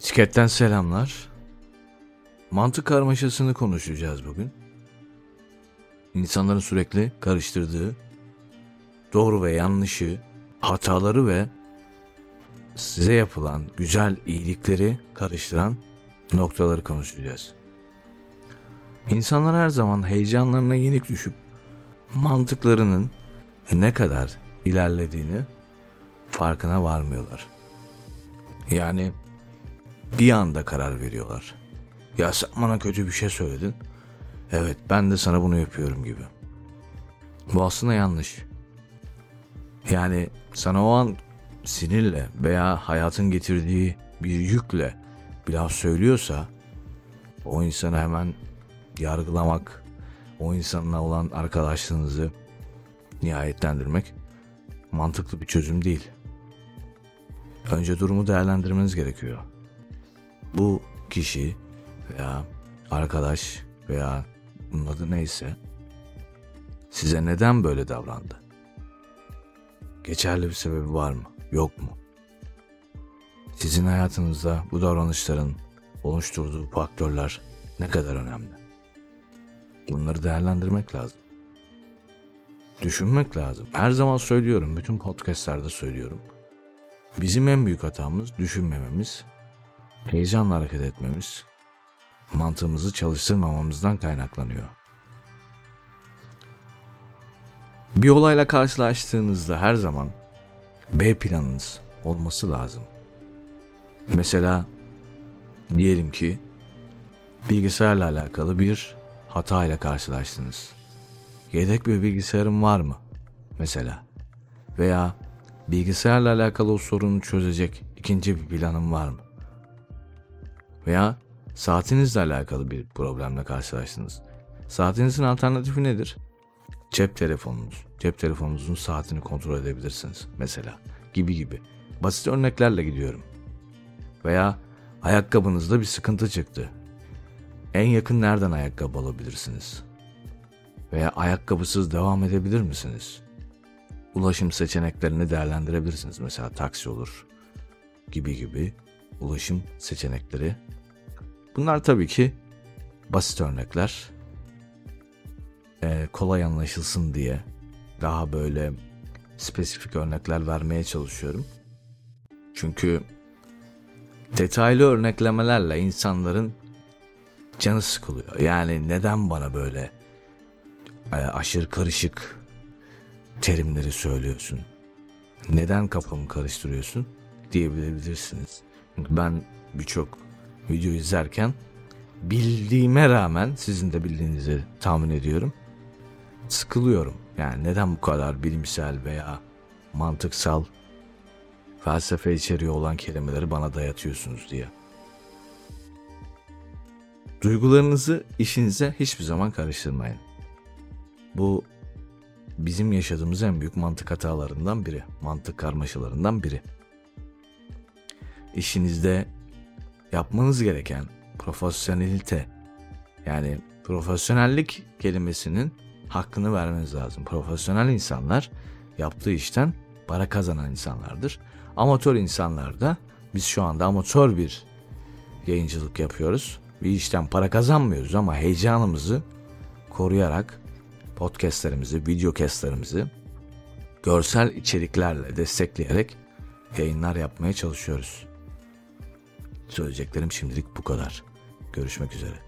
Etiketten selamlar. Mantık karmaşasını konuşacağız bugün. İnsanların sürekli karıştırdığı doğru ve yanlışı, hataları ve size yapılan güzel iyilikleri karıştıran noktaları konuşacağız. İnsanlar her zaman heyecanlarına yenik düşüp mantıklarının ne kadar ilerlediğini farkına varmıyorlar. Yani bir anda karar veriyorlar. Ya sen bana kötü bir şey söyledin. Evet, ben de sana bunu yapıyorum gibi. Bu aslında yanlış. Yani sana o an sinirle veya hayatın getirdiği bir yükle bir laf söylüyorsa o insanı hemen yargılamak, o insanla olan arkadaşlığınızı nihayetlendirmek mantıklı bir çözüm değil. Önce durumu değerlendirmeniz gerekiyor. Bu kişi veya arkadaş veya bunun adı neyse size neden böyle davrandı? Geçerli bir sebebi var mı? Yok mu? Sizin hayatınızda bu davranışların oluşturduğu faktörler ne kadar önemli? Bunları değerlendirmek lazım. Düşünmek lazım. Her zaman söylüyorum, bütün podcastlerde söylüyorum. Bizim en büyük hatamız düşünmememiz, heyecanla hareket etmemiz, mantığımızı çalıştırmamamızdan kaynaklanıyor. Bir olayla karşılaştığınızda her zaman B planınız olması lazım. Mesela diyelim ki bilgisayarla alakalı bir hatayla karşılaştınız. Yedek bir bilgisayarın var mı? Mesela. Veya bilgisayarla alakalı o sorunu çözecek ikinci bir planın var mı? Veya saatinizle alakalı bir problemle karşılaştınız. Saatinizin alternatifi nedir? Cep telefonunuz. Cep telefonunuzun saatini kontrol edebilirsiniz mesela. Gibi. Basit örneklerle gidiyorum. Veya ayakkabınızda bir sıkıntı çıktı. En yakın nereden ayakkabı alabilirsiniz? Veya ayakkabısız devam edebilir misiniz? Ulaşım seçeneklerini değerlendirebilirsiniz. Mesela taksi olur. Gibi ulaşım seçenekleri. Bunlar tabii ki basit örnekler. Kolay anlaşılsın diye daha böyle spesifik örnekler vermeye çalışıyorum. Çünkü detaylı örneklemelerle insanların canı sıkılıyor. Yani neden bana böyle aşırı karışık terimleri söylüyorsun? Neden kafamı karıştırıyorsun diyebilirsiniz. Çünkü ben birçok video izlerken bildiğime rağmen sizin de bildiğinizi tahmin ediyorum. Sıkılıyorum. Yani neden bu kadar bilimsel veya mantıksal felsefe içeriği olan kelimeleri bana dayatıyorsunuz diye. Duygularınızı işinize hiçbir zaman karıştırmayın. Bu bizim yaşadığımız en büyük mantık hatalarından biri. Mantık karmaşalarından biri. İşinizde yapmanız gereken profesyonelite, yani profesyonellik kelimesinin hakkını vermeniz lazım. Profesyonel insanlar yaptığı işten para kazanan insanlardır. Amatör insanlar da biz şu anda amatör bir yayıncılık yapıyoruz. Bir işten para kazanmıyoruz ama heyecanımızı koruyarak podcastlerimizi, videocastlerimizi görsel içeriklerle destekleyerek yayınlar yapmaya çalışıyoruz. Söyleyeceklerim şimdilik bu kadar. Görüşmek üzere.